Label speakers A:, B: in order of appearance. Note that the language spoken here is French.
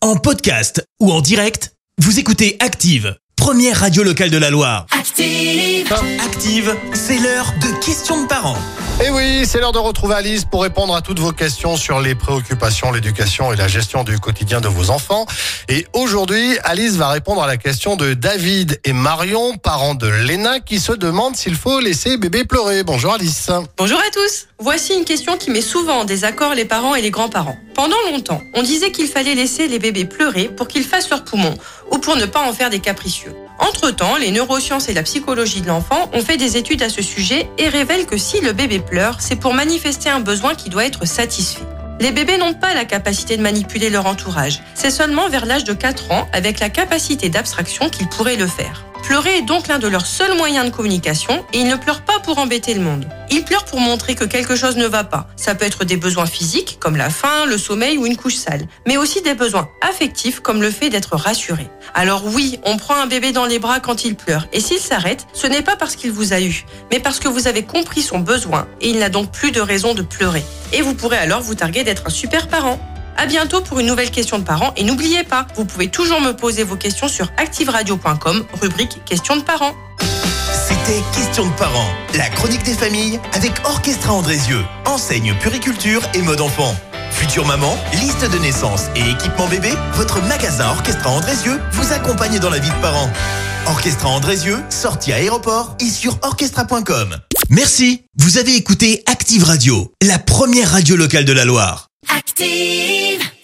A: En podcast ou en direct, vous écoutez Active, première radio locale de la Loire. Active, Active, c'est l'heure de questions de parents.
B: Et oui, c'est l'heure de retrouver Alice pour répondre à toutes vos questions sur les préoccupations, l'éducation et la gestion du quotidien de vos enfants. Et aujourd'hui, Alice va répondre à la question de David et Marion, parents de Léna, qui se demandent s'il faut laisser bébé pleurer. Bonjour Alice.
C: Bonjour à tous. Voici une question qui met souvent en désaccord les parents et les grands-parents. Pendant longtemps, on disait qu'il fallait laisser les bébés pleurer pour qu'ils fassent leurs poumons ou pour ne pas en faire des capricieux. Entre-temps, les neurosciences et la psychologie de l'enfant ont fait des études à ce sujet et révèlent que si le bébé pleure, c'est pour manifester un besoin qui doit être satisfait. Les bébés n'ont pas la capacité de manipuler leur entourage. C'est seulement vers l'âge de 4 ans, avec la capacité d'abstraction, qu'ils pourraient le faire. Pleurer est donc l'un de leurs seuls moyens de communication et ils ne pleurent pas pour embêter le monde. Ils pleurent pour montrer que quelque chose ne va pas. Ça peut être des besoins physiques, comme la faim, le sommeil ou une couche sale, mais aussi des besoins affectifs, comme le fait d'être rassuré. Alors oui, on prend un bébé dans les bras quand il pleure, et s'il s'arrête, ce n'est pas parce qu'il vous a eu, mais parce que vous avez compris son besoin et il n'a donc plus de raison de pleurer. Et vous pourrez alors vous targuer d'être un super parent. À bientôt pour une nouvelle question de parents et n'oubliez pas, vous pouvez toujours me poser vos questions sur activeradio.com, rubrique questions de parents.
A: C'était Questions de parents, la chronique des familles avec Orchestra Andrézieux, enseigne puriculture et mode enfant. Future maman, liste de naissance et équipement bébé, votre magasin Orchestra Andrézieux vous accompagne dans la vie de parents. Orchestra Andrézieux, sortie à aéroport et sur orchestra.com. Merci, vous avez écouté Active Radio, la première radio locale de la Loire.
D: Active!